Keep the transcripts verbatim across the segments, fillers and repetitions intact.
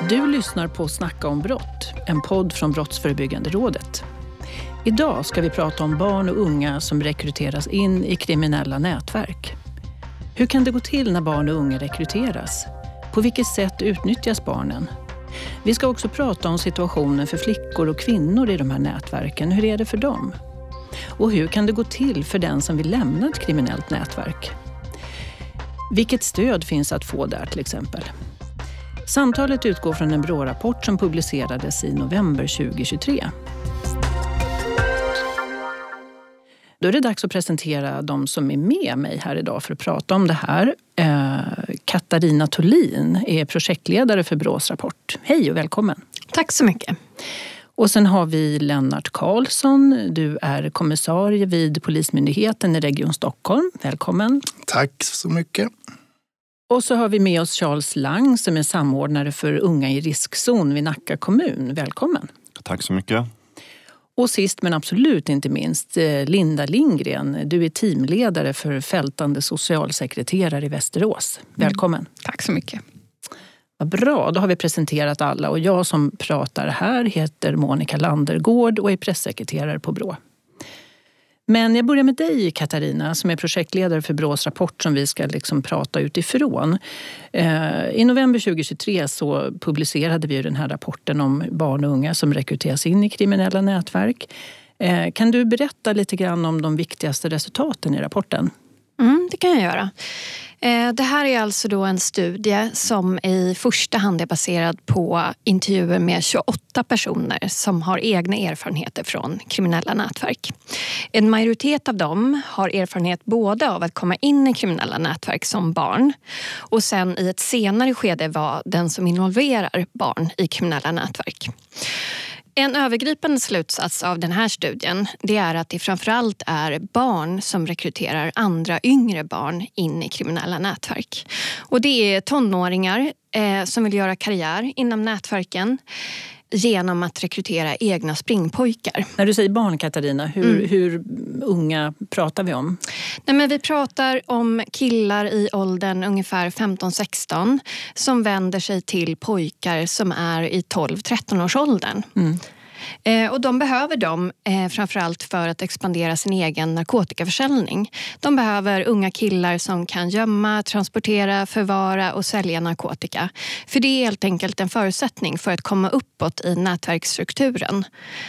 Du lyssnar på Snacka om brott, en podd från Brottsförebyggande rådet. Idag ska vi prata om barn och unga som rekryteras in i kriminella nätverk. Hur kan det gå till när barn och unga rekryteras? På vilket sätt utnyttjas barnen? Vi ska också prata om situationen för flickor och kvinnor i de här nätverken. Hur är det för dem? Och hur kan det gå till för den som vill lämna ett kriminellt nätverk? Vilket stöd finns att få där till exempel? Samtalet utgår från en Brå-rapport som publicerades i november tjugohundratjugotre. Då är det dags att presentera de som är med mig här idag för att prata om det här. Eh, Katarina Thulin är projektledare för Brås rapport. Hej och välkommen. Tack så mycket. Och sen har vi Lennart Karlsson. Du är kommissarie vid Polismyndigheten i Region Stockholm. Välkommen. Tack så mycket. Och så har vi med oss Charles Lang som är samordnare för unga i riskzon vid Nacka kommun. Välkommen. Tack så mycket. Och sist men absolut inte minst Linda Lindgren. Du är teamledare för fältande socialsekreterare i Västerås. Välkommen. Mm. Tack så mycket. Vad bra, då har vi presenterat alla. Och jag som pratar här heter Monica Landergård och är pressekreterare på Brå. Men jag börjar med dig, Katarina, som är projektledare för Brås rapport som vi ska liksom prata utifrån. I november tjugohundratjugotre så publicerade vi den här rapporten om barn och unga som rekryteras in i kriminella nätverk. Kan du berätta lite grann om de viktigaste resultaten i rapporten? Mm, det kan jag göra. Det här är alltså då en studie som i första hand är baserad på intervjuer med tjugoåtta personer som har egna erfarenheter från kriminella nätverk. En majoritet av dem har erfarenhet både av att komma in i kriminella nätverk som barn och sen i ett senare skede vara den som involverar barn i kriminella nätverk. En övergripande slutsats av den här studien det är att det framförallt är barn som rekryterar andra yngre barn in i kriminella nätverk. Och det är tonåringar eh, som vill göra karriär inom nätverken genom att rekrytera egna springpojkar. När du säger barn, Katarina, hur, mm. hur unga pratar vi om? Nej, men vi pratar om killar i åldern ungefär femton sexton som vänder sig till pojkar som är i tolv tretton års åldern. Mm. Eh, och de behöver dem eh, framförallt för att expandera sin egen narkotikaförsäljning. De behöver unga killar som kan gömma, transportera, förvara och sälja narkotika. För det är helt enkelt en förutsättning för att komma uppåt i nätverksstrukturen.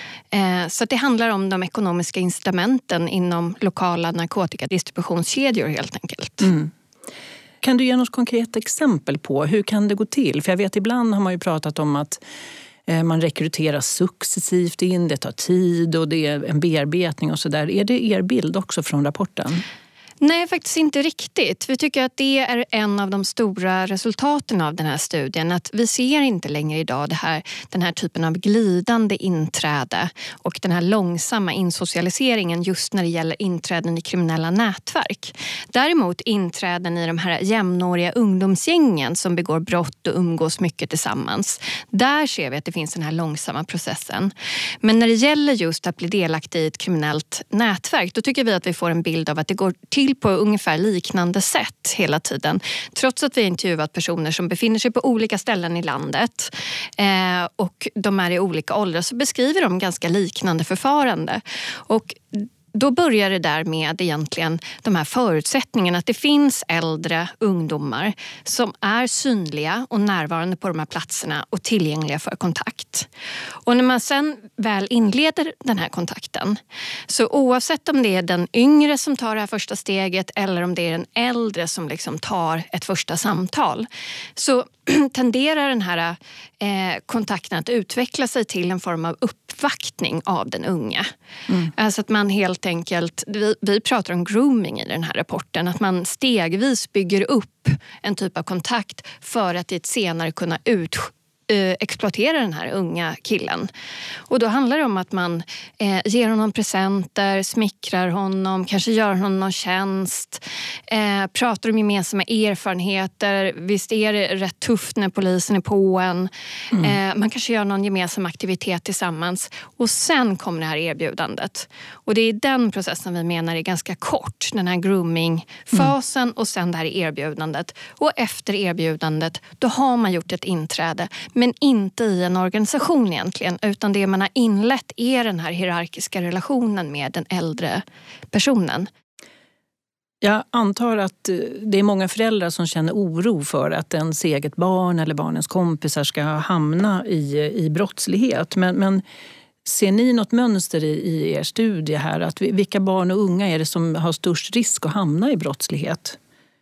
Eh, så att det handlar om de ekonomiska incitamenten inom lokala narkotikadistributionskedjor helt enkelt. Mm. Kan du ge något konkret exempel på hur kan det gå till? För jag vet ibland har man ju pratat om att man rekryterar successivt in, det tar tid och det är en bearbetning och sådär. Är det er bild också från rapporten? Nej, faktiskt inte riktigt. Vi tycker att det är en av de stora resultaten av den här studien. Att vi ser inte längre idag det här, den här typen av glidande inträde och den här långsamma insocialiseringen just när det gäller inträden i kriminella nätverk. Däremot inträden i de här jämnåriga ungdomsgängen som begår brott och umgås mycket tillsammans. Där ser vi att det finns den här långsamma processen. Men när det gäller just att bli delaktig i ett kriminellt nätverk, då tycker vi att vi får en bild av att det går till på ungefär liknande sätt hela tiden. Trots att vi har intervjuat personer som befinner sig på olika ställen i landet eh, och de är i olika åldrar så beskriver de ganska liknande förfarande. Och då börjar det där med egentligen de här förutsättningarna att det finns äldre ungdomar som är synliga och närvarande på de här platserna och tillgängliga för kontakt. Och när man sen väl inleder den här kontakten så oavsett om det är den yngre som tar det här första steget eller om det är den äldre som liksom tar ett första samtal så tenderar den här eh, kontakten att utveckla sig till en form av uppvaktning av den unga. Mm. Alltså att man helt enkelt, vi, vi pratar om grooming i den här rapporten, att man stegvis bygger upp en typ av kontakt för att i ett senare kunna ut exploatera den här unga killen. Och då handlar det om att man eh, ger honom presenter, smickrar honom, kanske gör honom någon tjänst, eh, pratar om gemensamma erfarenheter. Visst är det rätt tufft när polisen är på en. Mm. Eh, man kanske gör någon gemensam aktivitet tillsammans och sen kommer det här erbjudandet. Och det är den processen vi menar är ganska kort, den här grooming-fasen mm. och sen det här erbjudandet. Och efter erbjudandet, då har man gjort ett inträde men inte i en organisation egentligen, utan det man har inlett är den här hierarkiska relationen med den äldre personen. Jag antar att det är många föräldrar som känner oro för att ens eget barn eller barnens kompisar ska hamna i, i brottslighet. Men, men ser ni något mönster i, i er studie här? Att vilka barn och unga är det som har störst risk att hamna i brottslighet?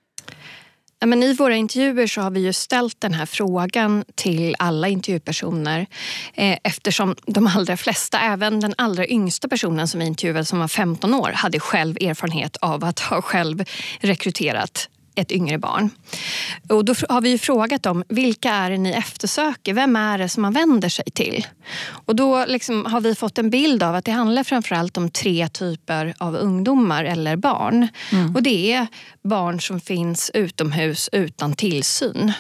Ja, men i våra intervjuer så har vi ju ställt den här frågan till alla intervjupersoner eh, eftersom de allra flesta, även den allra yngsta personen som vi intervjuade som var femton år, hade själv erfarenhet av att ha själv rekryterat ett yngre barn. Och då har vi ju frågat dem, vilka är det ni eftersöker? Vem är det som man vänder sig till? Och då liksom har vi fått en bild av att det handlar framförallt om tre typer av ungdomar eller barn. Mm. Och det är barn som finns utomhus utan tillsyn.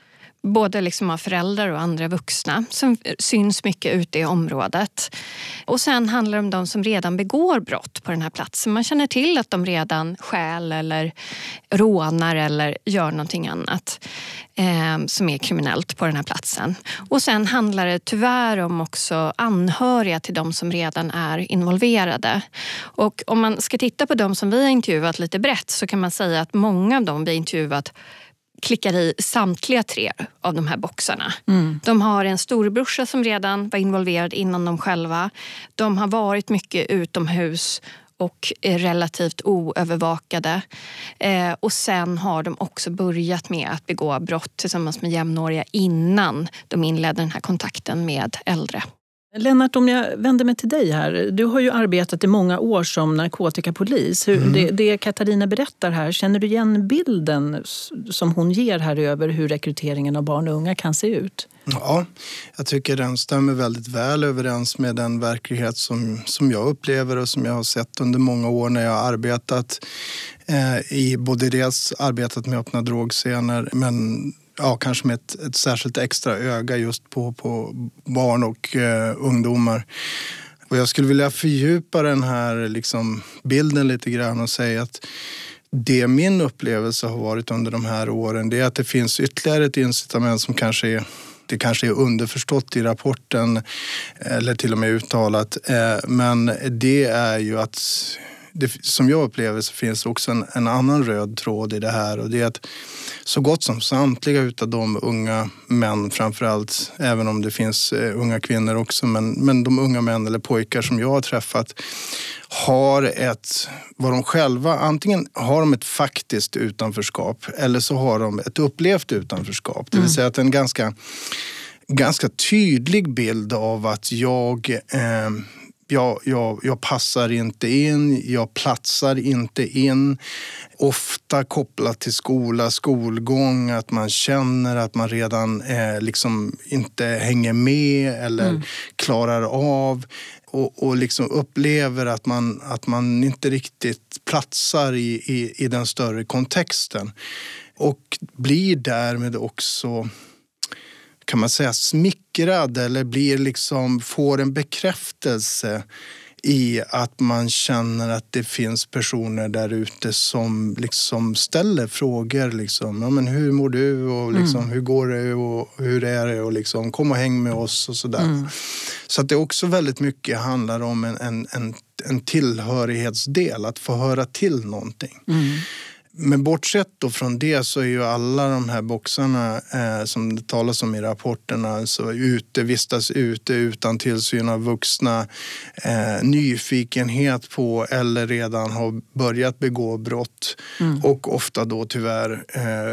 Både liksom av föräldrar och andra vuxna som syns mycket ute i området. Och sen handlar det om de som redan begår brott på den här platsen. Man känner till att de redan stjäl eller rånar eller gör någonting annat eh, som är kriminellt på den här platsen. Och sen handlar det tyvärr om också anhöriga till de som redan är involverade. Och om man ska titta på de som vi har intervjuat lite brett så kan man säga att många av dem vi har intervjuat klickar i samtliga tre av de här boxarna. Mm. De har en storebrorsa som redan var involverad innan de själva. De har varit mycket utomhus och är relativt oövervakade. Eh, och sen har de också börjat med att begå brott tillsammans med jämnåriga innan de inledde den här kontakten med äldre. Lennart, om jag vänder mig till dig här. Du har ju arbetat i många år som narkotikapolis. Hur, mm. det, det Katarina berättar här, känner du igen bilden som hon ger här över hur rekryteringen av barn och unga kan se ut? Ja, jag tycker den stämmer väldigt väl överens med den verklighet som, som jag upplever och som jag har sett under många år när jag har arbetat eh, i både dels arbetat med öppna drogscener men ja, kanske med ett, ett särskilt extra öga just på, på barn och eh, ungdomar. Och jag skulle vilja fördjupa den här liksom, bilden lite grann och säga att det min upplevelse har varit under de här åren det är att det finns ytterligare ett incitament som kanske är, det kanske är underförstått i rapporten eller till och med uttalat. Eh, men det är ju att det, som jag upplever så finns det också en, en annan röd tråd i det här och det är att så gott som samtliga utav de unga män framförallt, även om det finns uh, unga kvinnor också, men, men de unga män eller pojkar som jag har träffat har ett, vad de själva, antingen har de ett faktiskt utanförskap eller så har de ett upplevt utanförskap. Det vill säga att en ganska, ganska tydlig bild av att jag... Eh, Jag, jag, jag passar inte in, jag platsar inte in. Ofta kopplat till skola, skolgång, att man känner att man redan eh, liksom inte hänger med eller mm. klarar av. Och, och liksom upplever att man, att man inte riktigt platsar i, i, i den större kontexten. Och blir därmed också... kan man säga smickrad eller blir liksom, får en bekräftelse i att man känner att det finns personer där ute som liksom ställer frågor liksom, ja men hur mår du och liksom, mm. hur går det och hur är det och liksom, kom och häng med oss och sådär. Mm. Så att det också väldigt mycket handlar om en, en, en, en tillhörighetsdel, att få höra till någonting. Mm. Men bortsett då från det så är ju alla de här boxarna eh, som det talas om i rapporterna, alltså ute, vistas ute utan tillsyn av vuxna, eh, nyfikenhet på eller redan har börjat begå brott mm. och ofta då tyvärr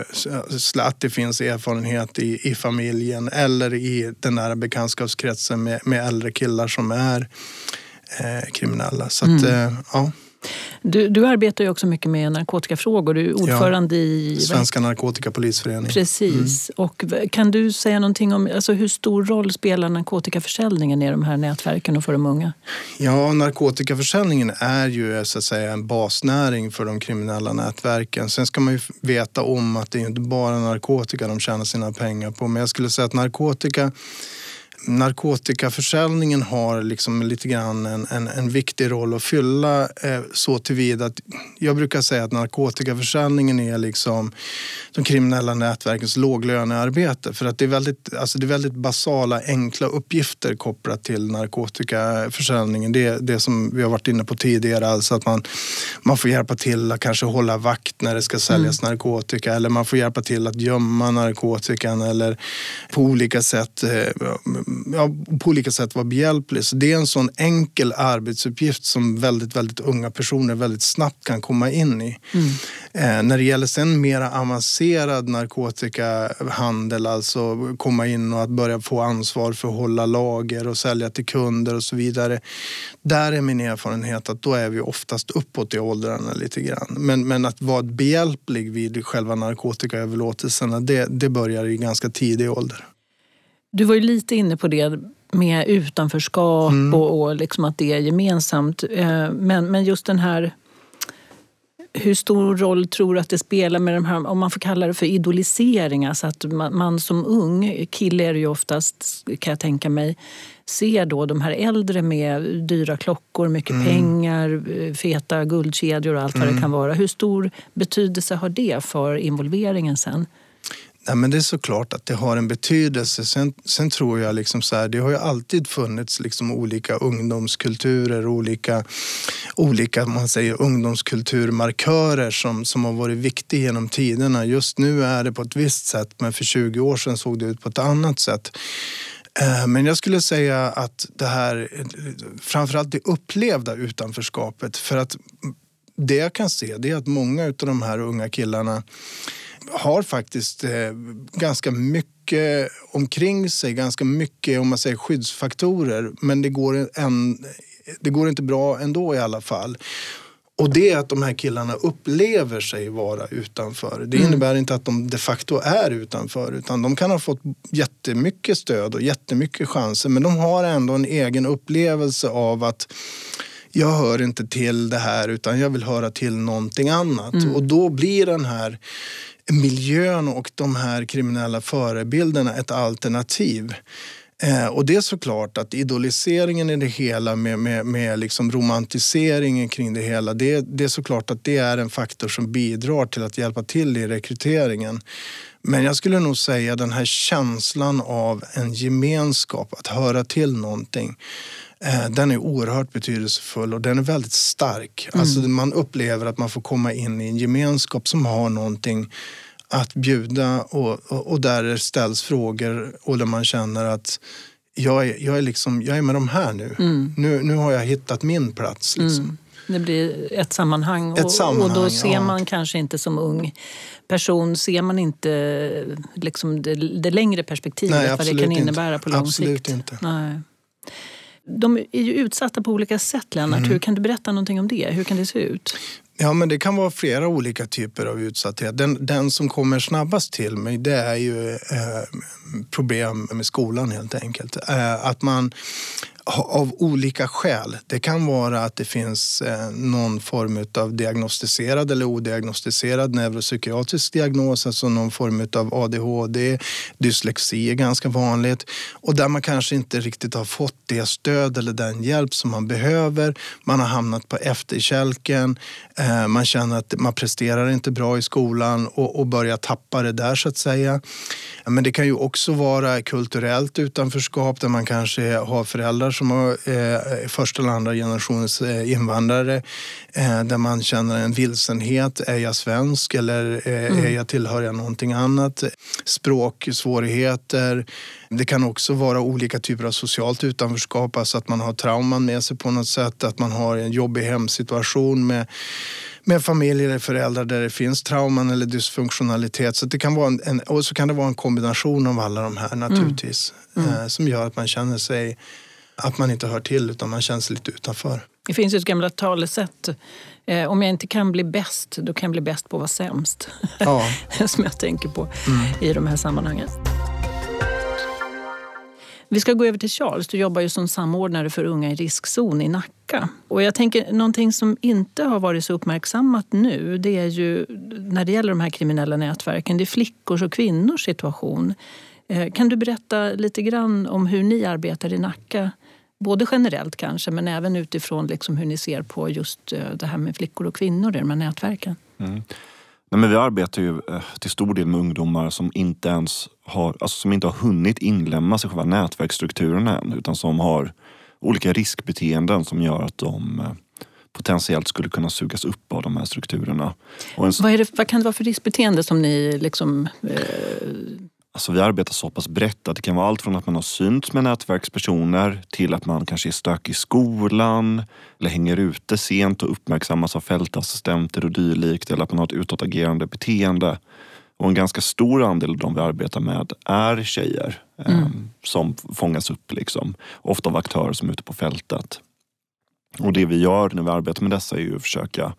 eh, att det finns erfarenhet i, i familjen eller i den här bekantskapskretsen med, med äldre killar som är eh, kriminella. Så att, mm. eh, ja. Du, du arbetar ju också mycket med narkotikafrågor. Du är ordförande ja, i... Svenska narkotikapolisföreningen. Precis. Mm. Och kan du säga någonting om alltså, hur stor roll spelar narkotikaförsäljningen i de här nätverken och för de unga? Ja, narkotikaförsäljningen är ju så att säga en basnäring för de kriminella nätverken. Sen ska man ju veta om att det är inte bara narkotika de tjänar sina pengar på. Men jag skulle säga att narkotika narkotikaförsäljningen har liksom lite grann en, en, en viktig roll att fylla eh, så tillvida att jag brukar säga att narkotikaförsäljningen är liksom de kriminella nätverkens låglönearbete. För att det är väldigt, alltså det är väldigt basala, enkla uppgifter kopplat till narkotikaförsäljningen. Det är det som vi har varit inne på tidigare, alltså att man, man får hjälpa till att kanske hålla vakt när det ska säljas mm. narkotika, eller man får hjälpa till att gömma narkotikan eller på olika sätt ja, på olika sätt vara behjälplig. Så det är en sån enkel arbetsuppgift som väldigt, väldigt unga personer väldigt snabbt kan komma in i. Mm. Eh, när det gäller sen mer avancerad narkotikahandel, alltså komma in och att börja få ansvar för att hålla lager och sälja till kunder och så vidare. Där är min erfarenhet att då är vi oftast uppåt i åldrarna lite grann. Men, men att vara behjälplig vid själva narkotikaöverlåtelserna, det, det börjar i ganska tidig ålder. Du var ju lite inne på det med utanförskap mm. och, och liksom att det är gemensamt. Men, men just den här, hur stor roll tror du att det spelar med de här, om man får kalla det för idolisering, alltså att man, man som ung, kille är det ju oftast, kan jag tänka mig, ser då de här äldre med dyra klockor, mycket mm. pengar, feta guldkedjor och allt mm. vad det kan vara. Hur stor betydelse har det för involveringen sen? Nej, men det är såklart att det har en betydelse. Sen, sen tror jag liksom så här, det har ju alltid funnits liksom olika ungdomskulturer, olika, olika man säger, ungdomskulturmarkörer som, som har varit viktiga genom tiderna. Just nu är det på ett visst sätt, men för tjugo år sedan såg det ut på ett annat sätt. Men jag skulle säga att det här, framförallt det upplevda utanförskapet, för att det jag kan se, det är att många av de här unga killarna har faktiskt eh, ganska mycket omkring sig, ganska mycket om man säger skyddsfaktorer, men det går, en, det går inte bra ändå i alla fall. Och det är att de här killarna upplever sig vara utanför. Det mm. innebär inte att de de facto är utanför, utan de kan ha fått jättemycket stöd och jättemycket chanser, men de har ändå en egen upplevelse av att jag hör inte till det här utan jag vill höra till någonting annat. Mm. Och då blir den här miljön och de här kriminella förebilderna ett alternativ. Eh, och det är såklart att idoliseringen i det hela med, med, med liksom romantiseringen kring det hela, det, det är såklart att det är en faktor som bidrar till att hjälpa till i rekryteringen. Men jag skulle nog säga den här känslan av en gemenskap, att höra till någonting, eh, den är oerhört betydelsefull och den är väldigt stark. Mm. Alltså man upplever att man får komma in i en gemenskap som har någonting att bjuda och, och, och där det ställs frågor och där man känner att jag är, jag är, liksom, jag är med de här nu. Mm. nu. Nu har jag hittat min plats. Liksom. Mm. Det blir ett sammanhang, ett och, sammanhang, och då ser ja. man kanske inte som ung person, ser man inte liksom det, det längre perspektivet. Nej, vad det kan innebära inte. På lång absolut sikt. Inte. Nej. De är ju utsatta på olika sätt, Lennart. Mm. Hur kan du berätta någonting om det? Hur kan det se ut? Ja, men det kan vara flera olika typer av utsatthet. Den, den som kommer snabbast till mig, det är ju eh, problem med skolan helt enkelt. Eh, att man av olika skäl. Det kan vara att det finns eh, någon form av diagnostiserad eller odiagnostiserad neuropsykiatrisk diagnos, alltså någon form av A D H D, dyslexi är ganska vanligt, och där man kanske inte riktigt har fått det stöd eller den hjälp som man behöver. Man har hamnat på efterkälken, eh, man känner att man presterar inte bra i skolan och, och börjar tappa det där så att säga. Men det kan ju också vara kulturellt utanförskap där man kanske har föräldrar som har eh, första eller andra generationens eh, invandrare, eh, där man känner en vilsenhet. Är jag svensk eller eh, mm. är jag tillhör jag någonting annat? Språksvårigheter. Det kan också vara olika typer av socialt utanförskap, alltså att man har trauman med sig på något sätt, att man har en jobbig hemsituation med med familj eller föräldrar där det finns trauman eller dysfunktionalitet. Så det kan vara en, en, och så kan det vara en kombination av alla de här naturligtvis. Mm. Mm. Eh, som gör att man känner sig att man inte hör till utan man känner sig lite utanför. Det finns ju ett gammalt talesätt. Eh, om jag inte kan bli bäst, då kan jag bli bäst på att vara sämst. Ja. Som jag tänker på mm. i de här sammanhangen. Vi ska gå över till Charles. Du jobbar ju som samordnare för unga i riskzon i Nacka. Och jag tänker, någonting som inte har varit så uppmärksammat nu, det är ju när det gäller de här kriminella nätverken, det är flickors och kvinnors situation. Kan du berätta lite grann om hur ni arbetar i Nacka? Både generellt kanske, men även utifrån liksom hur ni ser på just det här med flickor och kvinnor i de här nätverken. Mm. Nej, men vi arbetar ju till stor del med ungdomar som inte ens har, alltså som inte har hunnit inlämna sig själva nätverksstrukturen än, utan som har olika riskbeteenden som gör att de potentiellt skulle kunna sugas upp av de här strukturerna. Och en... vad, är det, vad kan det vara för riskbeteende som ni liksom... Eh... Alltså vi arbetar så pass brett att det kan vara allt från att man har synts med nätverkspersoner till att man kanske är stök i skolan eller hänger ute sent och uppmärksammas av fältassistenter och dylikt, eller att man har ett utåtagerande beteende. Och en ganska stor andel av de vi arbetar med är tjejer mm. eh, som fångas upp liksom, ofta av aktörer som är ute på fältet. Och det vi gör när vi arbetar med dessa är ju att försöka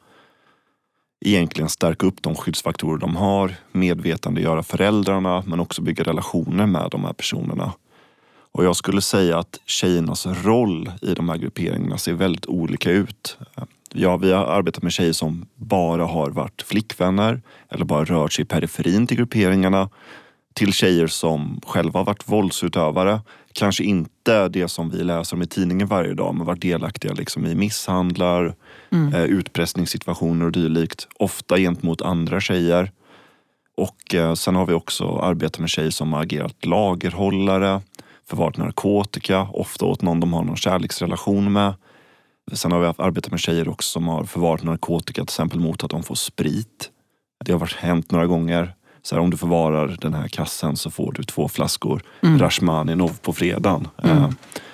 egentligen stärka upp de skyddsfaktorer de har, medvetandegöra föräldrarna, men också bygga relationer med de här personerna. Och jag skulle säga att tjejernas roll i de här grupperingarna ser väldigt olika ut. Ja, vi har arbetat med tjejer som bara har varit flickvänner eller bara rört sig i periferin till grupperingarna, till tjejer som själva har varit våldsutövare. Kanske inte det som vi läser om i tidningen varje dag, men varit delaktiga liksom i misshandlar, mm. eh, utpressningssituationer och dylikt. Ofta gentemot andra tjejer. Och eh, sen har vi också arbetat med tjejer som har agerat lagerhållare, förvarat narkotika, ofta åt någon de har någon kärleksrelation med. Sen har vi arbetat med tjejer också som har förvarat narkotika, till exempel mot att de får sprit. Det har varit hänt några gånger. Så här, om du förvarar den här kassen så får du två flaskor mm. Rashmaninov på fredagen. Mm.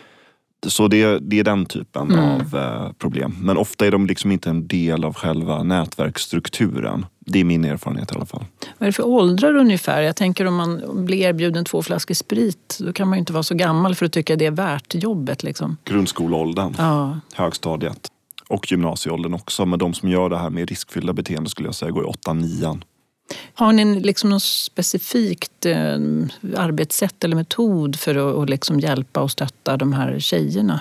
Så det, det är den typen mm. av eh, problem. Men ofta är de liksom inte en del av själva nätverksstrukturen. Det är min erfarenhet i alla fall. Vad är det för åldrar ungefär? Jag tänker om man blir erbjuden två flaskor sprit, då kan man ju inte vara så gammal för att tycka det är värt jobbet. Liksom. Grundskoleåldern, ja. Högstadiet och gymnasieåldern också. Men de som gör det här med riskfyllda beteende skulle jag säga går i åtta nian. Har ni liksom något specifikt eh, arbetssätt eller metod för att, att liksom hjälpa och stötta de här tjejerna?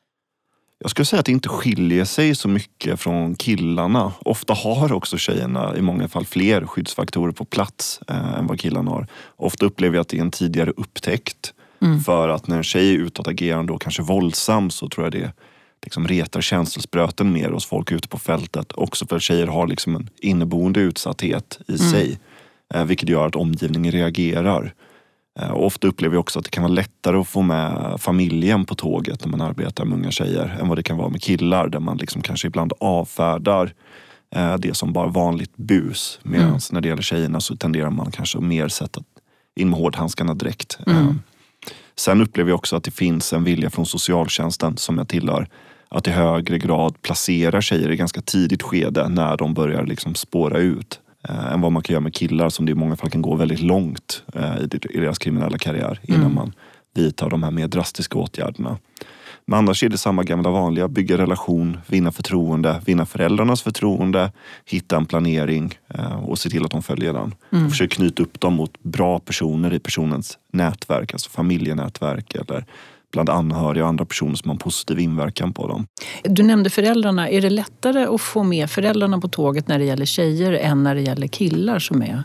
Jag skulle säga att det inte skiljer sig så mycket från killarna. Ofta har också tjejerna i många fall fler skyddsfaktorer på plats eh, än vad killarna har. Ofta upplever jag att det är en tidigare upptäckt. Mm. För att när en tjej är utåtagerande och kanske våldsam, så tror jag det liksom retar känselspröten mer hos folk ute på fältet. Också för att tjejer har liksom en inneboende utsatthet i mm. sig. Eh, vilket gör att omgivningen reagerar. Eh, och ofta upplever jag också att det kan vara lättare att få med familjen på tåget när man arbetar med unga tjejer än vad det kan vara med killar. Där man liksom kanske ibland avfärdar eh, det som bara vanligt bus. Medan mm. när det gäller tjejerna så tenderar man kanske mer sätta in med hårdhandskarna direkt. Mm. Eh, sen upplever jag också att det finns en vilja från socialtjänsten som jag tillhör, att i högre grad placera tjejer i ganska tidigt skede när de börjar liksom spåra ut. Eh, än vad man kan göra med killar som det i många fall kan gå väldigt långt eh, i, i deras kriminella karriär innan mm. man vidtar de här mer drastiska åtgärderna. Men annars är det samma gamla vanliga: bygga relation, vinna förtroende, vinna föräldrarnas förtroende, hitta en planering eh, och se till att de följer den. Mm. Och försöka knyta upp dem mot bra personer i personens nätverk, alltså familjenätverk eller bland anhöriga och andra personer som har en positiv inverkan på dem. Du nämnde föräldrarna. Är det lättare att få med föräldrarna på tåget när det gäller tjejer än när det gäller killar som är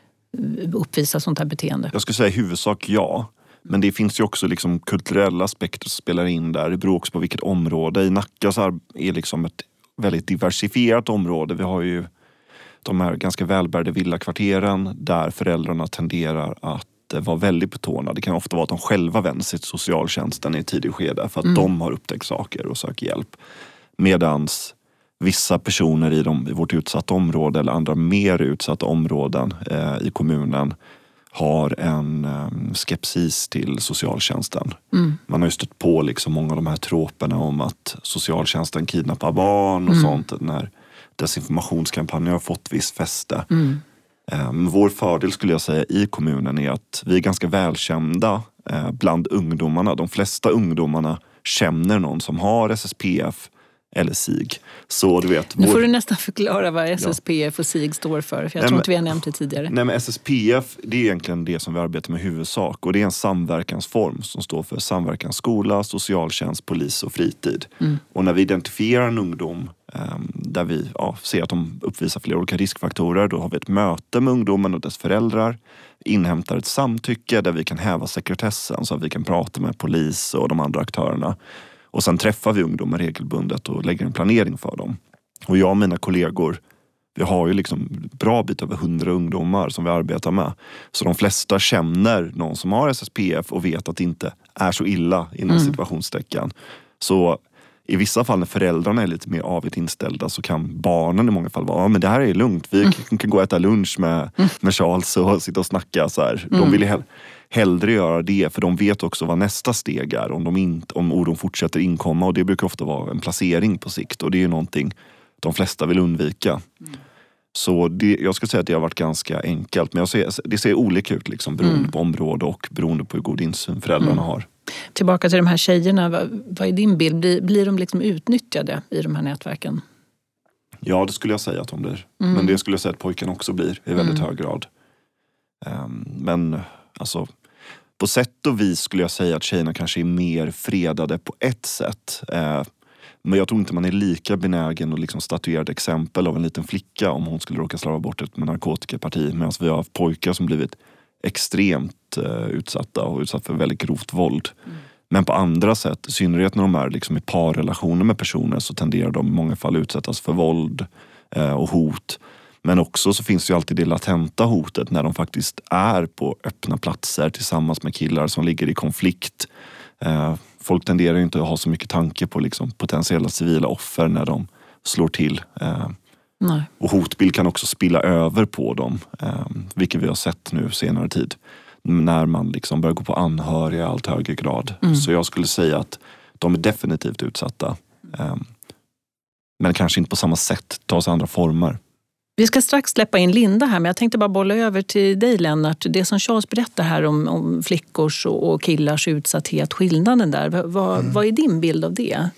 uppvisar sånt här beteende? Jag skulle säga i huvudsak ja. Men det finns ju också liksom kulturella aspekter som spelar in där. Det beror också på vilket område. I Nacka så är liksom ett väldigt diversifierat område. Vi har ju de här ganska välbärgade villakvarteren där föräldrarna tenderar att vara väldigt betonade. Det kan ofta vara att de själva vänder sig till socialtjänsten i ett tidigt skede för att mm. de har upptäckt saker och söker hjälp. Medans vissa personer i, de, i vårt utsatta område eller andra mer utsatta områden eh, i kommunen har en um, skepsis till socialtjänsten. Mm. Man har ju stött på liksom många av de här troperna om att socialtjänsten kidnappar barn och mm. sånt. När desinformationskampanjer har fått viss fäste. Mm. Um, vår fördel skulle jag säga i kommunen är att vi är ganska välkända uh, bland ungdomarna. De flesta ungdomarna känner någon som har S S P F eller S I G. Så du vet, nu vår... får du nästan förklara vad S S P F ja. och S I G står för. För jag nej, tror inte vi har nämnt det tidigare. Nej, men S S P F, det är egentligen det som vi arbetar med i huvudsak. Och det är en samverkansform som står för samverkansskola, socialtjänst, polis och fritid. Mm. Och när vi identifierar en ungdom Där vi ja, ser att de uppvisar flera olika riskfaktorer. Då har vi ett möte med ungdomen och dess föräldrar. Inhämtar ett samtycke där vi kan häva sekretessen så att vi kan prata med polis och de andra aktörerna. Och sen träffar vi ungdomar regelbundet och lägger en planering för dem. Och jag och mina kollegor, vi har ju liksom bra bit över hundra ungdomar som vi arbetar med. Så de flesta känner någon som har S S P F och vet att det inte är så illa inom mm. situationstecken. Så i vissa fall när föräldrarna är lite mer avigt inställda så kan barnen i många fall vara, ja men det här är lugnt, vi mm. kan gå och äta lunch med, mm. med Charles och sitta och snacka så här. De vill hell- hellre göra det för de vet också vad nästa steg är om, de inte, om oron fortsätter inkomma, och det brukar ofta vara en placering på sikt, och det är ju någonting de flesta vill undvika. Mm. Så det, jag skulle säga att det har varit ganska enkelt, men jag ser, det ser olika ut liksom, beroende mm. på område och beroende på hur god insyn föräldrarna mm. har. Tillbaka till de här tjejerna, vad, vad är din bild? Blir, blir de liksom utnyttjade i de här nätverken? Ja, det skulle jag säga att de blir. Mm. Men det skulle jag säga att pojkarna också blir i väldigt mm. hög grad. Um, men alltså, på sätt och vis skulle jag säga att tjejerna kanske är mer fredade på ett sätt. Uh, men jag tror inte man är lika benägen att liksom statuera ett exempel av en liten flicka om hon skulle råka slarva bort ett med narkotikaparti. Medan vi har haft pojkar som blivit extremt uh, utsatta och utsatt för väldigt grovt våld. Mm. Men på andra sätt, i synnerhet när de är liksom i parrelationer med personer, så tenderar de i många fall utsättas för våld uh, och hot. Men också så finns det ju alltid det latenta hotet när de faktiskt är på öppna platser tillsammans med killar som ligger i konflikt. Uh, folk tenderar ju inte att ha så mycket tanke på liksom potentiella civila offer när de slår till. Uh, Nej. Och hotbild kan också spilla över på dem, uh, vilket vi har sett nu senare tid. När man liksom börjar gå på anhöriga i allt högre grad. Mm. Så jag skulle säga att de är definitivt utsatta. Uh, men kanske inte på samma sätt, ta sig andra former. Vi ska strax släppa in Linda här, men jag tänkte bara bolla över till dig, Lennart. Det som Charles berättar här om, om flickors och killars utsatthet, skillnaden där. Vad, mm. vad är din bild av det?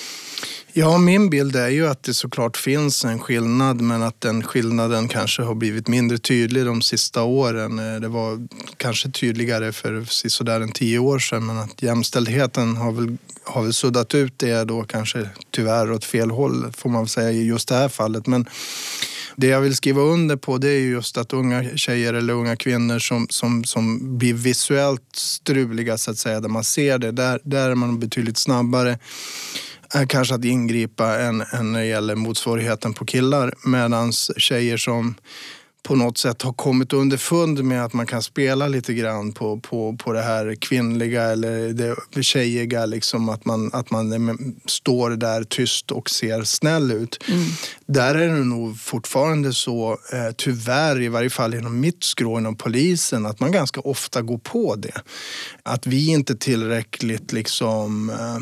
Ja, min bild är ju att det såklart finns en skillnad, men att den skillnaden kanske har blivit mindre tydlig de sista åren. Det var kanske tydligare för sådär en tio år sedan, men att jämställdheten har väl, har väl suddat ut det då kanske tyvärr åt fel håll, får man säga i just det här fallet. Men det jag vill skriva under på, det är just att unga tjejer eller unga kvinnor som, som, som blir visuellt struliga så att säga, där man ser det, där, där är man betydligt snabbare kanske att ingripa än, än när det gäller motsvarigheten på killar. Medan tjejer som på något sätt har kommit underfund med att man kan spela lite grann på, på, på det här kvinnliga eller det tjejiga, liksom att man, att man står där tyst och ser snäll ut. Mm. Där är det nog fortfarande så, eh, tyvärr i varje fall inom mitt skrå inom polisen, att man ganska ofta går på det. Att vi inte tillräckligt liksom... Eh,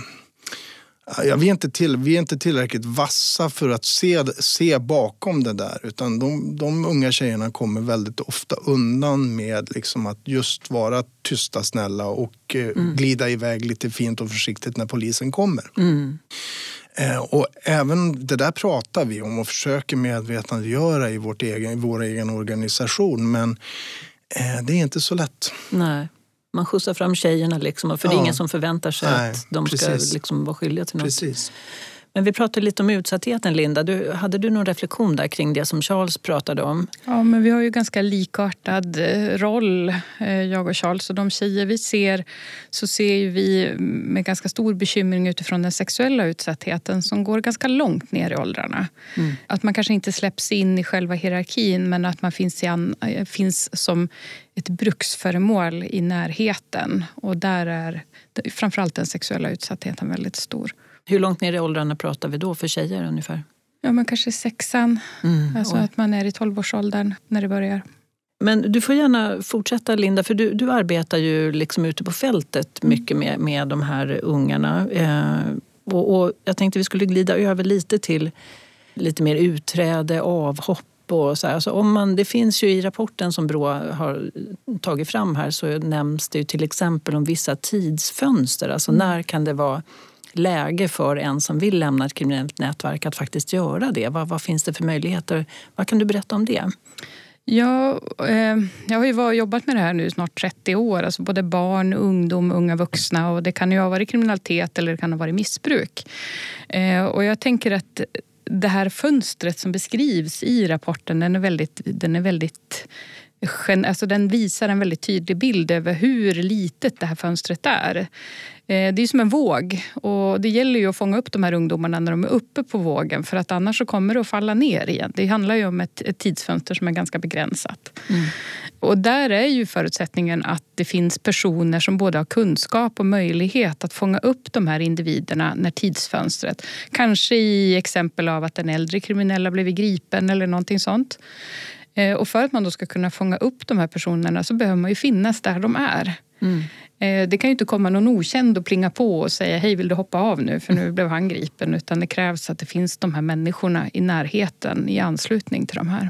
Ja, vi, är inte till, vi är inte tillräckligt vassa för att se, se bakom det där, utan de, de unga tjejerna kommer väldigt ofta undan med liksom att just vara tysta, snälla och mm. glida iväg lite fint och försiktigt när polisen kommer. Mm. Eh, och även det där pratar vi om och försöker medvetandegöra i, vårt egen, i vår egen organisation, men eh, det är inte så lätt. Nej. Man skjutsar fram tjejerna liksom, för det är ja. ingen som förväntar sig Nej, att de precis. ska liksom vara skyldiga till något. Precis. Men vi pratade lite om utsattheten, Linda. Du, hade du någon reflektion där kring det som Charles pratade om? Ja, men vi har ju ganska likartad roll, jag och Charles. Och de tjejer vi ser, så ser ju vi med ganska stor bekymring utifrån den sexuella utsattheten som går ganska långt ner i åldrarna. Mm. Att man kanske inte släpps in i själva hierarkin, men att man finns, i an, finns som ett bruksföremål i närheten. Och där är framförallt den sexuella utsattheten väldigt stor. Hur långt ner i åldrarna pratar vi då för tjejer ungefär? Ja, men kanske sexan. Mm, alltså oj. Att man är i tolvårsåldern när det börjar. Men du får gärna fortsätta, Linda, för du, du arbetar ju liksom ute på fältet mycket med, med de här ungarna. Eh, och, och jag tänkte vi skulle glida över lite till lite mer utträde, avhopp. Och så här. Alltså om man, det finns ju i rapporten som Brå har tagit fram här, så nämns det ju till exempel om vissa tidsfönster. Alltså mm. när kan det vara läge för en som vill lämna ett kriminellt nätverk att faktiskt göra det? Vad, vad finns det för möjligheter? Vad kan du berätta om det? Ja, eh, jag har ju var, jobbat med det här nu snart trettio år. Alltså både barn, ungdom, unga vuxna. Och det kan ju ha varit kriminalitet eller det kan ha varit missbruk. Eh, och jag tänker att det här fönstret som beskrivs i rapporten, den är väldigt, den är väldigt alltså den visar en väldigt tydlig bild över hur litet det här fönstret är. Det är som en våg och det gäller ju att fånga upp de här ungdomarna när de är uppe på vågen, för att annars så kommer det att falla ner igen. Det handlar ju om ett, ett tidsfönster som är ganska begränsat. Mm. Och där är ju förutsättningen att det finns personer som både har kunskap och möjlighet att fånga upp de här individerna när tidsfönstret, kanske i exempel av att en äldre kriminell har blivit gripen eller någonting sånt. Och för att man då ska kunna fånga upp de här personerna så behöver man ju finnas där de är. Mm. Det kan ju inte komma någon okänd och plinga på och säga hej, vill du hoppa av nu för nu blev han gripen, utan det krävs att det finns de här människorna i närheten i anslutning till de här.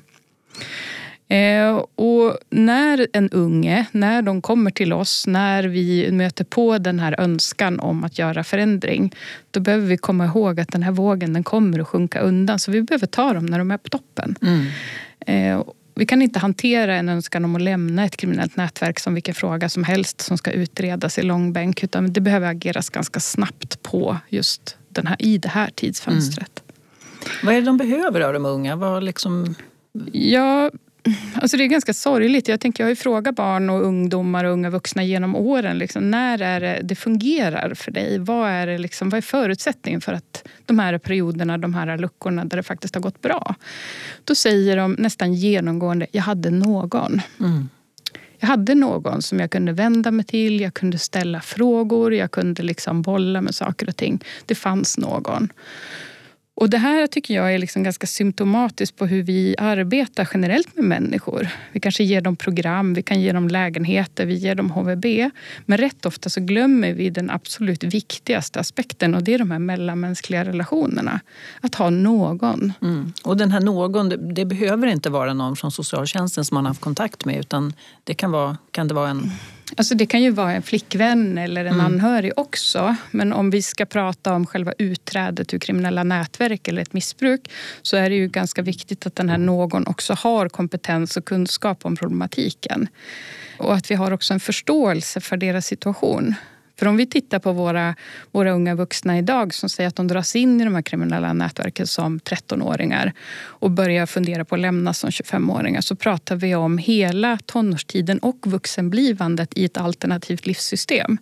Och när en unge, när de kommer till oss, när vi möter på den här önskan om att göra förändring, då behöver vi komma ihåg att den här vågen den kommer att sjunka undan, så vi behöver ta dem när de är på toppen. Mm. Vi kan inte hantera en önskan om att lämna ett kriminellt nätverk som vilken fråga som helst som ska utredas i långbänk, utan det behöver ageras ganska snabbt på just den här, i det här tidsfönstret. Mm. Vad är det de behöver av de unga? Vad liksom... Ja, alltså det är ganska sorgligt. Jag tänker, jag har ju frågat barn och ungdomar och unga vuxna genom åren. Liksom, när är det, det fungerar för dig? Vad är, det liksom, vad är förutsättningen för att de här perioderna, de här luckorna där det faktiskt har gått bra? Då säger de nästan genomgående, jag hade någon. Mm. Jag hade någon som jag kunde vända mig till. Jag kunde ställa frågor. Jag kunde liksom bolla med saker och ting. Det fanns någon. Och det här tycker jag är liksom ganska symptomatiskt på hur vi arbetar generellt med människor. Vi kanske ger dem program, vi kan ge dem lägenheter, vi ger dem H V B. Men rätt ofta så glömmer vi den absolut viktigaste aspekten, och det är de här mellanmänskliga relationerna. Att ha någon. Mm. Och den här någon, det, det behöver inte vara någon från socialtjänsten som man har haft kontakt med, utan det kan, vara, kan det vara en... Alltså det kan ju vara en flickvän eller en mm. anhörig också. Men om vi ska prata om själva utträdet ur kriminella nätverk eller ett missbruk, så är det ju ganska viktigt att den här någon också har kompetens och kunskap om problematiken. Och att vi har också en förståelse för deras situation. För om vi tittar på våra, våra unga vuxna idag som säger att de dras in i de här kriminella nätverken som trettonåringar och börjar fundera på att lämna som tjugofemåringar, så pratar vi om hela tonårstiden och vuxenblivandet i ett alternativt livssystem.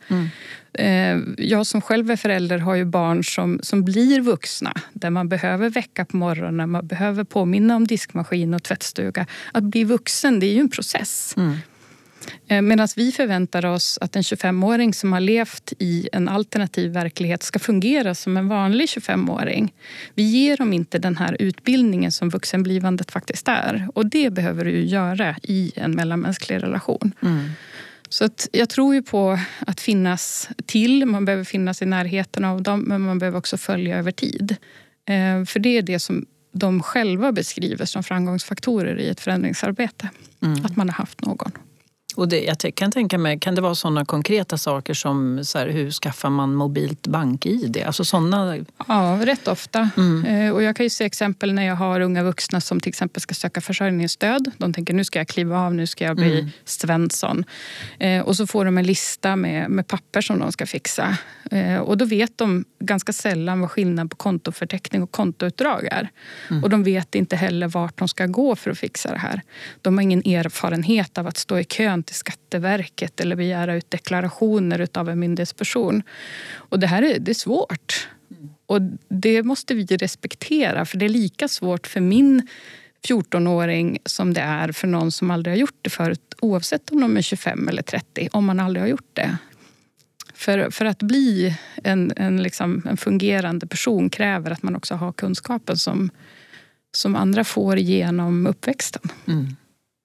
Mm. Jag som själv är förälder har ju barn som, som blir vuxna, där man behöver väcka på morgonen, man behöver påminna om diskmaskin och tvättstuga. Att bli vuxen, det är ju en process. Mm. Medan vi förväntar oss att en tjugofemåring som har levt i en alternativ verklighet ska fungera som en vanlig tjugofemåring. Vi ger dem inte den här utbildningen som vuxenblivandet faktiskt är. Och det behöver du göra i en mellanmänsklig relation. Mm. Så att jag tror ju på att finnas till. Man behöver finnas i närheten av dem, men man behöver också följa över tid. För det är det som de själva beskriver som framgångsfaktorer i ett förändringsarbete. Mm. Att man har haft någon. Och det, jag kan tänka mig, kan det vara sådana konkreta saker som så här, hur skaffar man mobilt bank-I D? Alltså sådana... Ja, rätt ofta. Mm. Eh, och jag kan ju se exempel när jag har unga vuxna som till exempel ska söka försörjningsstöd. De tänker, nu ska jag kliva av, nu ska jag bli mm. Svensson. Eh, och så får de en lista med, med papper som de ska fixa. Eh, och då vet de ganska sällan vad skillnaden på kontoförteckning och kontoutdrag är. Mm. Och de vet inte heller vart de ska gå för att fixa det här. De har ingen erfarenhet av att stå i kön till Skatteverket eller begära ut deklarationer av en myndighetsperson. Och det här är, det är svårt. Mm. Och det måste vi respektera, för det är lika svårt för min fjortonåring som det är för någon som aldrig har gjort det förut, oavsett om de är tjugofem eller trettio, om man aldrig har gjort det. För, för att bli en, en, liksom, en fungerande person kräver att man också har kunskapen som, som andra får genom uppväxten. Mm.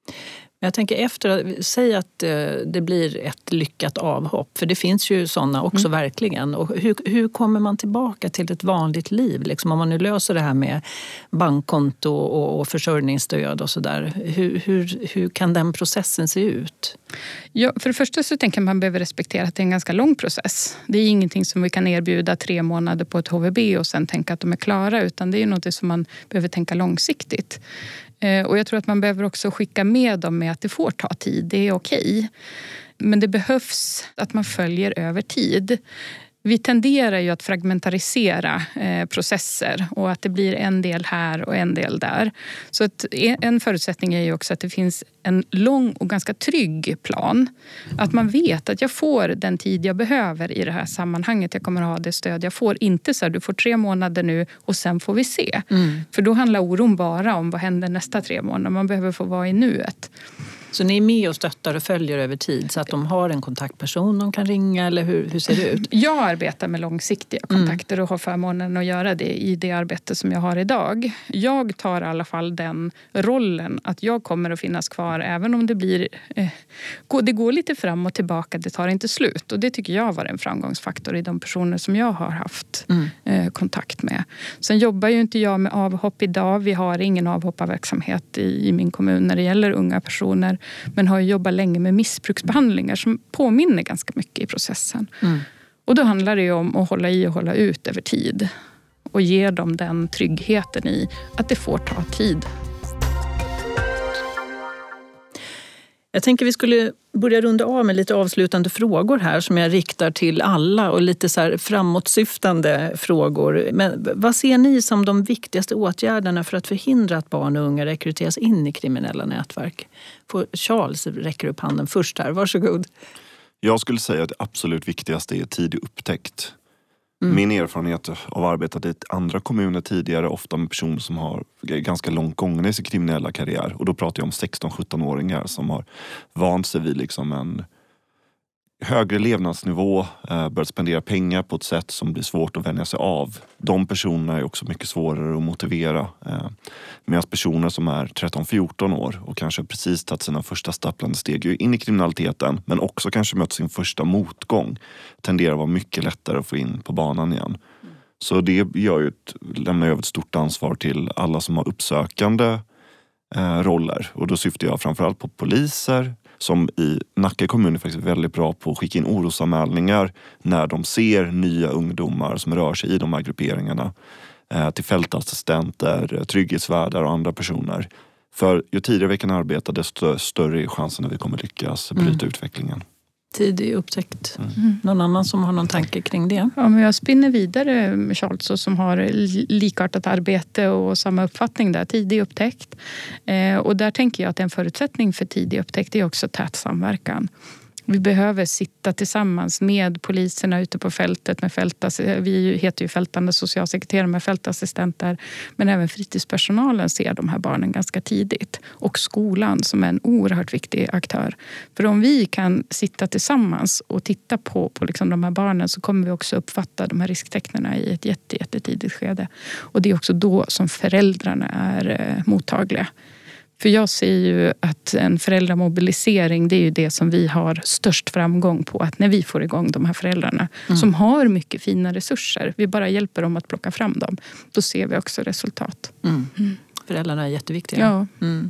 Jag tänker efter, säg att det blir ett lyckat avhopp, för det finns ju sådana också mm. verkligen. Och hur, hur kommer man tillbaka till ett vanligt liv? Liksom om man nu löser det här med bankkonto och, och försörjningsstöd och sådär. Hur, hur, hur kan den processen se ut? Ja, för det första så tänker man behöver respektera att det är en ganska lång process. Det är ingenting som vi kan erbjuda tre månader på ett H V B och sen tänka att de är klara, utan det är något som man behöver tänka långsiktigt. Och jag tror att man behöver också skicka med dem med att det får ta tid, det är okej. Men det behövs att man följer över tid. vi tenderar ju att fragmentarisera eh, processer och att det blir en del här och en del där. Så att en förutsättning är ju också att det finns en lång och ganska trygg plan. Att man vet att jag får den tid jag behöver i det här sammanhanget. Jag kommer att ha det stöd jag får. Inte så här, du får tre månader nu och sen får vi se. Mm. För då handlar oron bara om vad händer nästa tre månader. Man behöver få vara i nuet. Så ni är med och stöttar och följer över tid så att de har en kontaktperson de kan ringa, eller hur, hur ser det ut? Jag arbetar med långsiktiga kontakter och har förmånen att göra det i det arbete som jag har idag. Jag tar i alla fall den rollen att jag kommer att finnas kvar även om det blir eh, det går lite fram och tillbaka, det tar inte slut. Och det tycker jag var en framgångsfaktor i de personer som jag har haft mm. eh, kontakt med. Sen jobbar ju inte jag med avhopp idag. Vi har ingen avhopparverksamhet i, i min kommun när det gäller unga personer. Men har jobbat länge med missbruksbehandlingar som påminner ganska mycket i processen. Mm. Och då handlar det ju om att hålla i och hålla ut över tid. Och ge dem den tryggheten i att det får ta tid. Jag tänker vi skulle börja runda av med lite avslutande frågor här som jag riktar till alla och lite så här framåtsyftande frågor. Men vad ser ni som de viktigaste åtgärderna för att förhindra att barn och unga rekryteras in i kriminella nätverk? Får Charles räcker upp handen först här, varsågod. Jag skulle säga att det absolut viktigaste är tidig upptäckt. Mm. Min erfarenhet av arbetat i andra kommuner tidigare, ofta med personer som har ganska långt gången i sin kriminella karriär. Och då pratar jag om sexton-sjutton-åringar som har vant sig vid liksom en högre levnadsnivå, eh, börjat spendera pengar på ett sätt som blir svårt att vänja sig av. De personerna är också mycket svårare att motivera. Eh, medan personer som är tretton-fjorton år och kanske precis tagit sina första stapplande steg in i kriminaliteten, men också kanske mött sin första motgång, tenderar att vara mycket lättare att få in på banan igen. Så det gör ju ett, lämnar över ett stort ansvar till alla som har uppsökande eh, roller. Och då syftar jag framförallt på poliser, som i Nacka kommun är faktiskt väldigt bra på att skicka in orosanmälningar när de ser nya ungdomar som rör sig i de här grupperingarna, eh, till fältassistenter, trygghetsvärdar och andra personer. För ju tidigare vi kan arbeta, desto större är chansen att vi kommer lyckas bryta mm. utvecklingen. Tidig upptäckt. Mm. Någon annan som har någon tanke kring det? Ja, men jag spinner vidare med Charles som har likartat arbete och samma uppfattning där. Tidig upptäckt. Eh, och där tänker jag att en förutsättning för tidig upptäckt är också tät samverkan. Vi behöver sitta tillsammans med poliserna ute på fältet med fältas, vi heter ju fältande socialsekreterare med fältassistenter, men även fritidspersonalen ser de här barnen ganska tidigt, och skolan som är en oerhört viktig aktör. För om vi kan sitta tillsammans och titta på, på liksom de här barnen, så kommer vi också uppfatta de här risktecknarna i ett jätte, jättetidigt skede. Och det är också då som föräldrarna är eh, mottagliga. För jag ser ju att en föräldramobilisering, det är ju det som vi har störst framgång på. Att när vi får igång de här föräldrarna mm. som har mycket fina resurser, vi bara hjälper dem att plocka fram dem, då ser vi också resultat. Mm. Mm. Föräldrarna är jätteviktiga. Ja. Mm.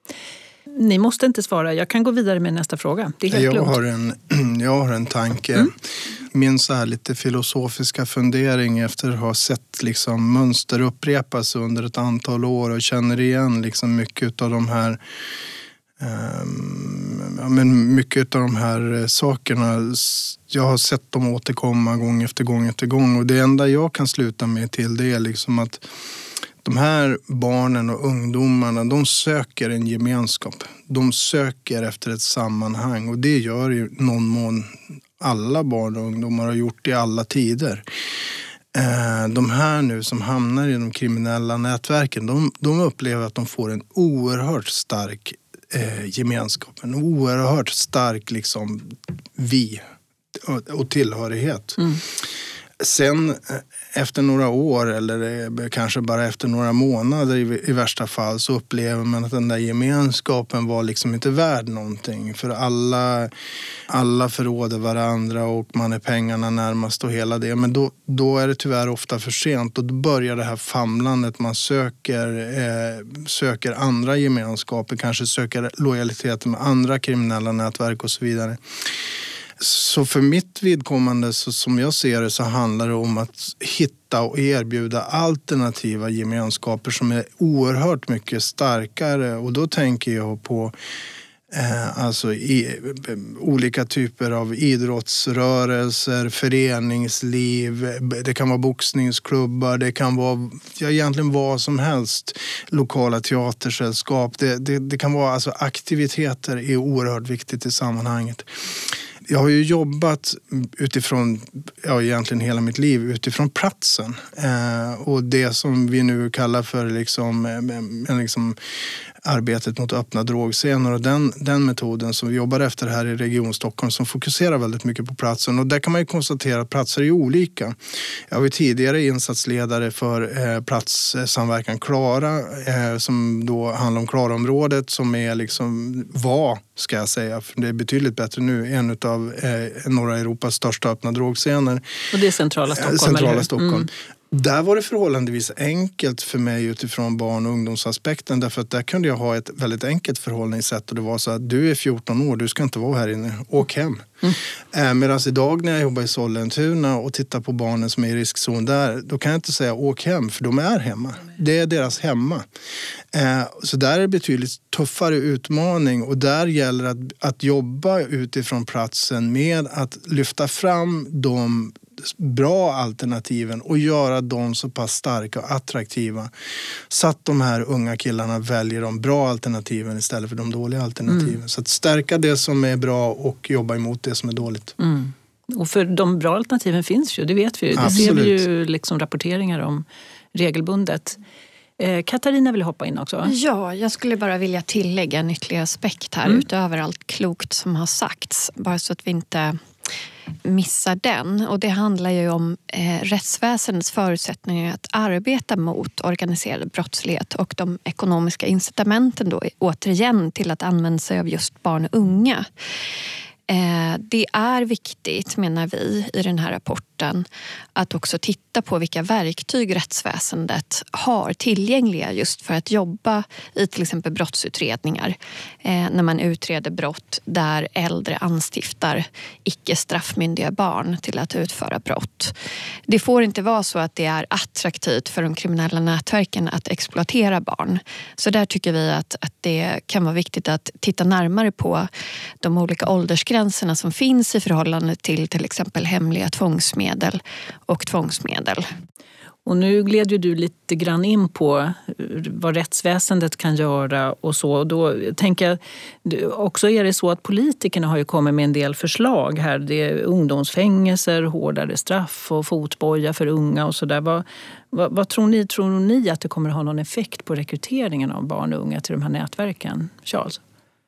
Ni måste inte svara, jag kan gå vidare med nästa fråga. Det är helt jag, lugnt. har en, jag har en tanke. Mm. Min så här lite filosofiska fundering efter att ha sett liksom mönster upprepas under ett antal år och känner igen liksom mycket av de här um, ja, men mycket av de här sakerna. Jag har sett dem återkomma gång efter gång efter gång, och det enda jag kan sluta med till det är liksom att de här barnen och ungdomarna, de söker en gemenskap. De söker efter ett sammanhang, och det gör ju någon mån alla barn och ungdomar har gjort i alla tider. De här nu som hamnar i de kriminella nätverken, de, de upplever att de får en oerhört stark eh, gemenskap. En oerhört stark liksom vi och, och tillhörighet. Mm. Sen efter några år, eller kanske bara efter några månader i, i värsta fall, så upplever man att den där gemenskapen var liksom inte värd någonting. För alla, alla förråder varandra och man är pengarna närmast och hela det. Men då, då är det tyvärr ofta för sent, och då börjar det här famlandet. Man söker, eh, söker andra gemenskaper, kanske söker lojalitet med andra kriminella nätverk och så vidare. Så för mitt vidkommande, så som jag ser det, så handlar det om att hitta och erbjuda alternativa gemenskaper som är oerhört mycket starkare. Och då tänker jag på Eh, alltså i, olika typer av idrottsrörelser, föreningsliv, det kan vara boxningsklubbar, det kan vara ja, egentligen vad som helst, lokala teatersällskap. Det, det, det kan vara alltså aktiviteter är oerhört viktigt i sammanhanget. Jag har ju jobbat utifrån, ja egentligen hela mitt liv, utifrån platsen. Eh, och det som vi nu kallar för liksom, eh, liksom arbetet mot öppna drogscener och den, den metoden som vi jobbar efter här i Region Stockholm som fokuserar väldigt mycket på platsen. Och där kan man ju konstatera att platser är olika. Jag var tidigare insatsledare för eh, platssamverkan Klara eh, som då handlar om Klara-området som är liksom, var ska jag säga, för det är betydligt bättre nu, en av eh, norra Europas största öppna drogscener. Och det är centrala Stockholm, centrala eller hur? Stockholm. Mm. Där var det förhållandevis enkelt för mig utifrån barn- och ungdomsaspekten därför att där kunde jag ha ett väldigt enkelt förhållningssätt och det var så att du är fjorton år, du ska inte vara här inne, åk hem. Mm. Medan idag när jag jobbar i Sollentuna och tittar på barnen som är i riskzon där, då kan jag inte säga åk hem för de är hemma. Det är deras hemma. Så där är det betydligt tuffare utmaning och där gäller att, att jobba utifrån platsen med att lyfta fram de bra alternativen och göra dem så pass starka och attraktiva så att de här unga killarna väljer de bra alternativen istället för de dåliga alternativen. Mm. Så att stärka det som är bra och jobba emot det som är dåligt. Mm. Och för de bra alternativen finns ju, det vet vi ju. Det Absolut. ser vi ju liksom rapporteringar om regelbundet. Eh, Katarina vill hoppa in också. Ja, jag skulle bara vilja tillägga en ytterligare aspekt här mm. utöver allt klokt som har sagts. Bara så att vi inte missar den. Och det handlar ju om eh, rättsväsendets förutsättningar att arbeta mot organiserad brottslighet och de ekonomiska incitamenten då återigen till att använda sig av just barn och unga. Eh, det är viktigt, menar vi i den här rapporten, att också titta på vilka verktyg rättsväsendet har tillgängliga just för att jobba i till exempel brottsutredningar. Eh, när man utreder brott där äldre anstiftar icke straffmyndiga barn till att utföra brott. Det får inte vara så att det är attraktivt för de kriminella nätverken att exploatera barn. Så där tycker vi att, att det kan vara viktigt att titta närmare på de olika åldersgränserna som finns i förhållande till till exempel hemliga tvångsmedel och tvångsmedel. Och nu gled ju du lite grann in på vad rättsväsendet kan göra och så. Och då tänker jag, också är det så att politikerna har ju kommit med en del förslag här. Det är ungdomsfängelser, hårdare straff och fotboja för unga och sådär. Vad, vad, vad tror ni? Tror ni att det kommer att ha någon effekt på rekryteringen av barn och unga till de här nätverken? Charles?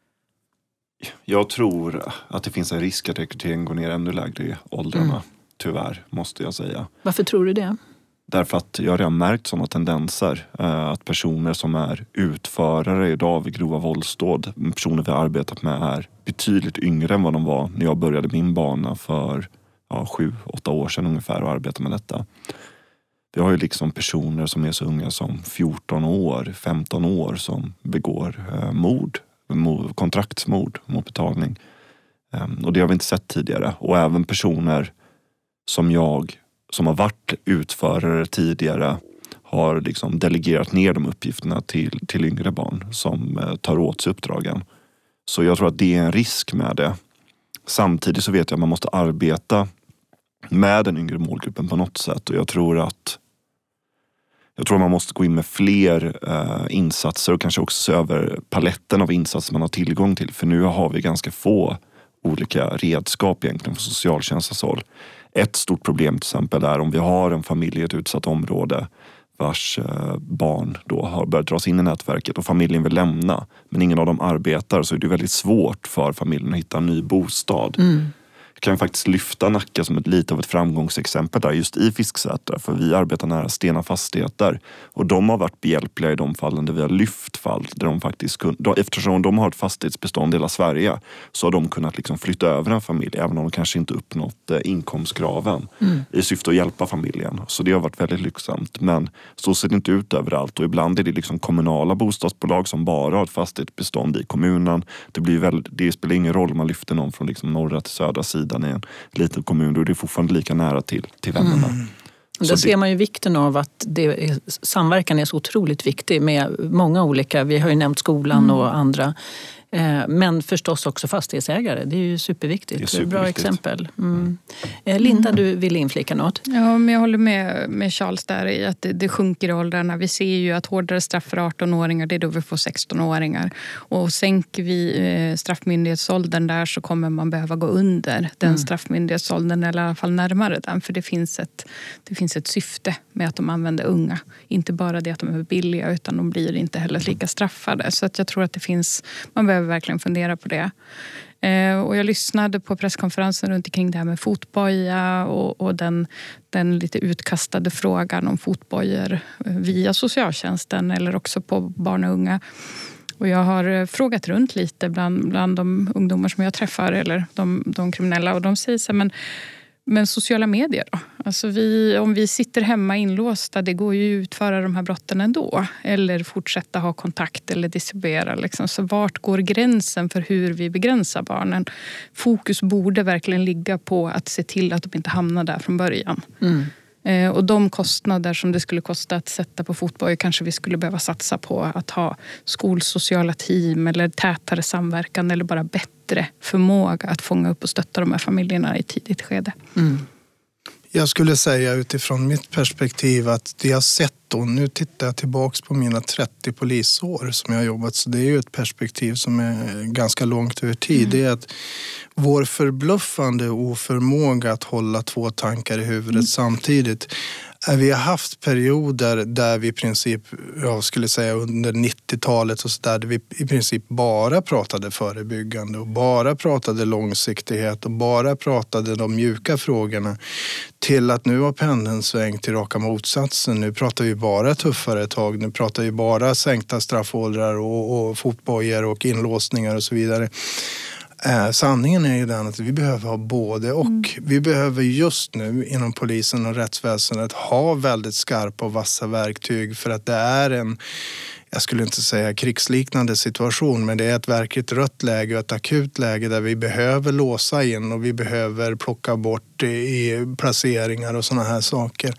Jag tror att det finns en risk att rekryteringen går ner ännu lägre i åldrarna. Mm. Tyvärr, måste jag säga. Varför tror du det? Därför att jag har redan märkt sådana tendenser. Att personer som är utförare idag vid grova våldsdåd, personer vi har arbetat med är betydligt yngre än vad de var när jag började min bana för ja, sju, åtta år sedan ungefär och arbeta med detta. Vi har ju liksom personer som är så unga som fjorton år, femton år som begår eh, mord, kontraktsmord mot betalning. Um, och det har vi inte sett tidigare. Och även personer som jag, som har varit utförare tidigare, har liksom delegerat ner de uppgifterna till, till yngre barn som uh, tar åt sig uppdragen. Så jag tror att det är en risk med det. Samtidigt så vet jag att man måste arbeta med den yngre målgruppen på något sätt. Och jag tror att Jag tror man måste gå in med fler eh, insatser och kanske också se över paletten av insatser man har tillgång till. För nu har vi ganska få olika redskap egentligen för socialtjänstens håll. Ett stort problem till exempel är om vi har en familj i ett utsatt område vars eh, barn då har börjat dras in i nätverket och familjen vill lämna. Men ingen av dem arbetar, så är det väldigt svårt för familjen att hitta en ny bostad. Mm. Jag kan faktiskt lyfta Nacka som ett lite av ett framgångsexempel där just i Fisksätra, för vi arbetar nära Stena Fastigheter och de har varit behjälpliga i de fallen där vi har lyft fall där de faktiskt kunde, eftersom de har ett fastighetsbestånd i hela Sverige så har de kunnat liksom flytta över en familj även om de kanske inte uppnått eh, inkomstkraven mm. i syfte att hjälpa familjen. Så det har varit väldigt lyxsamt, men så ser det inte ut överallt och ibland är det liksom kommunala bostadsbolag som bara har ett fastighetsbestånd i kommunen. Det, blir väldigt, det spelar ingen roll om man lyfter någon från liksom norra till södra sidan i en liten kommun, då är det fortfarande lika nära till, till vännerna. Mm. Där det... ser man ju vikten av att det är, samverkan är så otroligt viktig med många olika, vi har ju nämnt skolan mm. och andra Men förstås också fastighetsägare. Det är ju superviktigt. Det är superviktigt. Bra exempel. Mm. Linda, du vill inflika något? Ja, men jag håller med, med Charles där i att det, det sjunker i åldrarna. Vi ser ju att hårdare straff för arton-åringar, det är då vi får sexton-åringar. Och sänker vi eh, straffmyndighetsåldern där så kommer man behöva gå under den mm. straffmyndighetsåldern eller i alla fall närmare den. För det finns, ett, det finns ett syfte med att de använder unga. Inte bara det att de är billiga utan de blir inte heller lika straffade. Så att jag tror att det finns, man behöver verkligen fundera på det. Eh, och jag lyssnade på presskonferensen runt omkring det här med fotboja och, och den, den lite utkastade frågan om fotbojor via socialtjänsten eller också på barn och unga. Och jag har frågat runt lite bland, bland de ungdomar som jag träffar eller de, de kriminella och de säger så här, men Men sociala medier då? Alltså vi, om vi sitter hemma inlåsta, det går ju att utföra de här brotten ändå. Eller fortsätta ha kontakt eller distribuera. Liksom. Så vart går gränsen för hur vi begränsar barnen? Fokus borde verkligen ligga på att se till att de inte hamnar där från början. Mm. Eh, och de kostnader som det skulle kosta att sätta på fotboll kanske vi skulle behöva satsa på att ha skolsociala team eller tätare samverkan eller bara bättre förmåga att fånga upp och stötta de här familjerna i tidigt skede. Mm. Jag skulle säga utifrån mitt perspektiv att det jag sett då, nu tittar jag tillbaka på mina trettio polisår som jag har jobbat, så det är ju ett perspektiv som är ganska långt över tid. Mm. Det är att vår förbluffande oförmåga att hålla två tankar i huvudet mm. samtidigt. Vi har haft perioder där vi i princip, jag skulle säga under nittiotalet och så där, där vi i princip bara pratade förebyggande och bara pratade långsiktighet och bara pratade de mjuka frågorna, till att nu har pendeln svängt till raka motsatsen. Nu pratar vi bara tuffare tag, nu pratar vi bara sänkta straffåldrar och, och fotbojor och inlåsningar och så vidare. Eh, sanningen är ju den att vi behöver ha både och. Mm. Vi behöver just nu inom polisen och rättsväsendet ha väldigt skarpa och vassa verktyg, för att det är en, jag skulle inte säga krigsliknande situation, men det är ett verkligt rött läge och ett akut läge där vi behöver låsa in och vi behöver plocka bort i placeringar och såna här saker.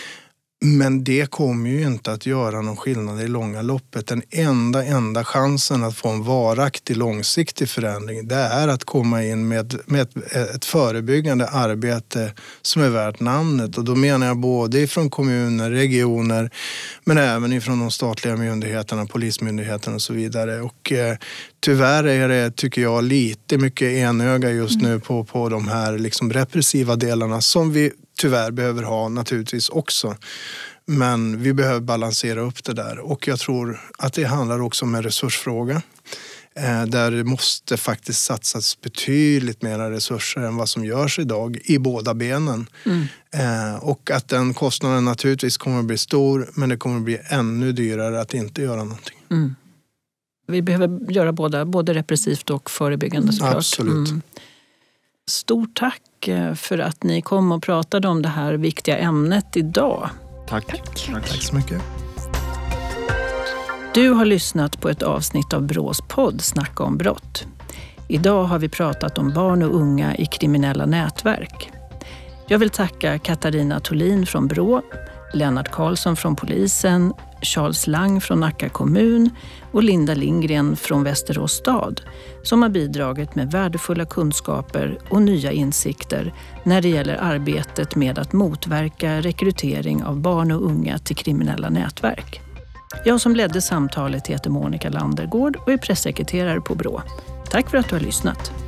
Men det kommer ju inte att göra någon skillnad i långa loppet. Den enda, enda chansen att få en varaktig, långsiktig förändring, det är att komma in med, med ett, ett förebyggande arbete som är värt namnet. Och då menar jag både ifrån kommuner, regioner, men även ifrån de statliga myndigheterna, polismyndigheterna och så vidare. Och eh, tyvärr är det, tycker jag, lite mycket enöga just nu på, på de här liksom repressiva delarna som vi tyvärr behöver ha naturligtvis också. Men vi behöver balansera upp det där. Och jag tror att det handlar också om en resursfråga. Eh, där det måste faktiskt satsas betydligt mer resurser än vad som görs idag i båda benen. Mm. Eh, och att den kostnaden naturligtvis kommer att bli stor, men det kommer att bli ännu dyrare att inte göra någonting. Mm. Vi behöver göra båda, både repressivt och förebyggande såklart. Absolut. Mm. Stort tack för att ni kom och pratade om det här viktiga ämnet idag. Tack. Tack, tack. Tack så mycket. Du har lyssnat på ett avsnitt av Brås podd Snacka om brott. Idag har vi pratat om barn och unga i kriminella nätverk. Jag vill tacka Katarina Tolin från Brå, Lennart Karlsson från polisen, Charles Lang från Nacka kommun och Linda Lindgren från Västerås stad som har bidragit med värdefulla kunskaper och nya insikter när det gäller arbetet med att motverka rekrytering av barn och unga till kriminella nätverk. Jag som ledde samtalet heter Monica Landergård och är pressekreterare på Brå. Tack för att du har lyssnat.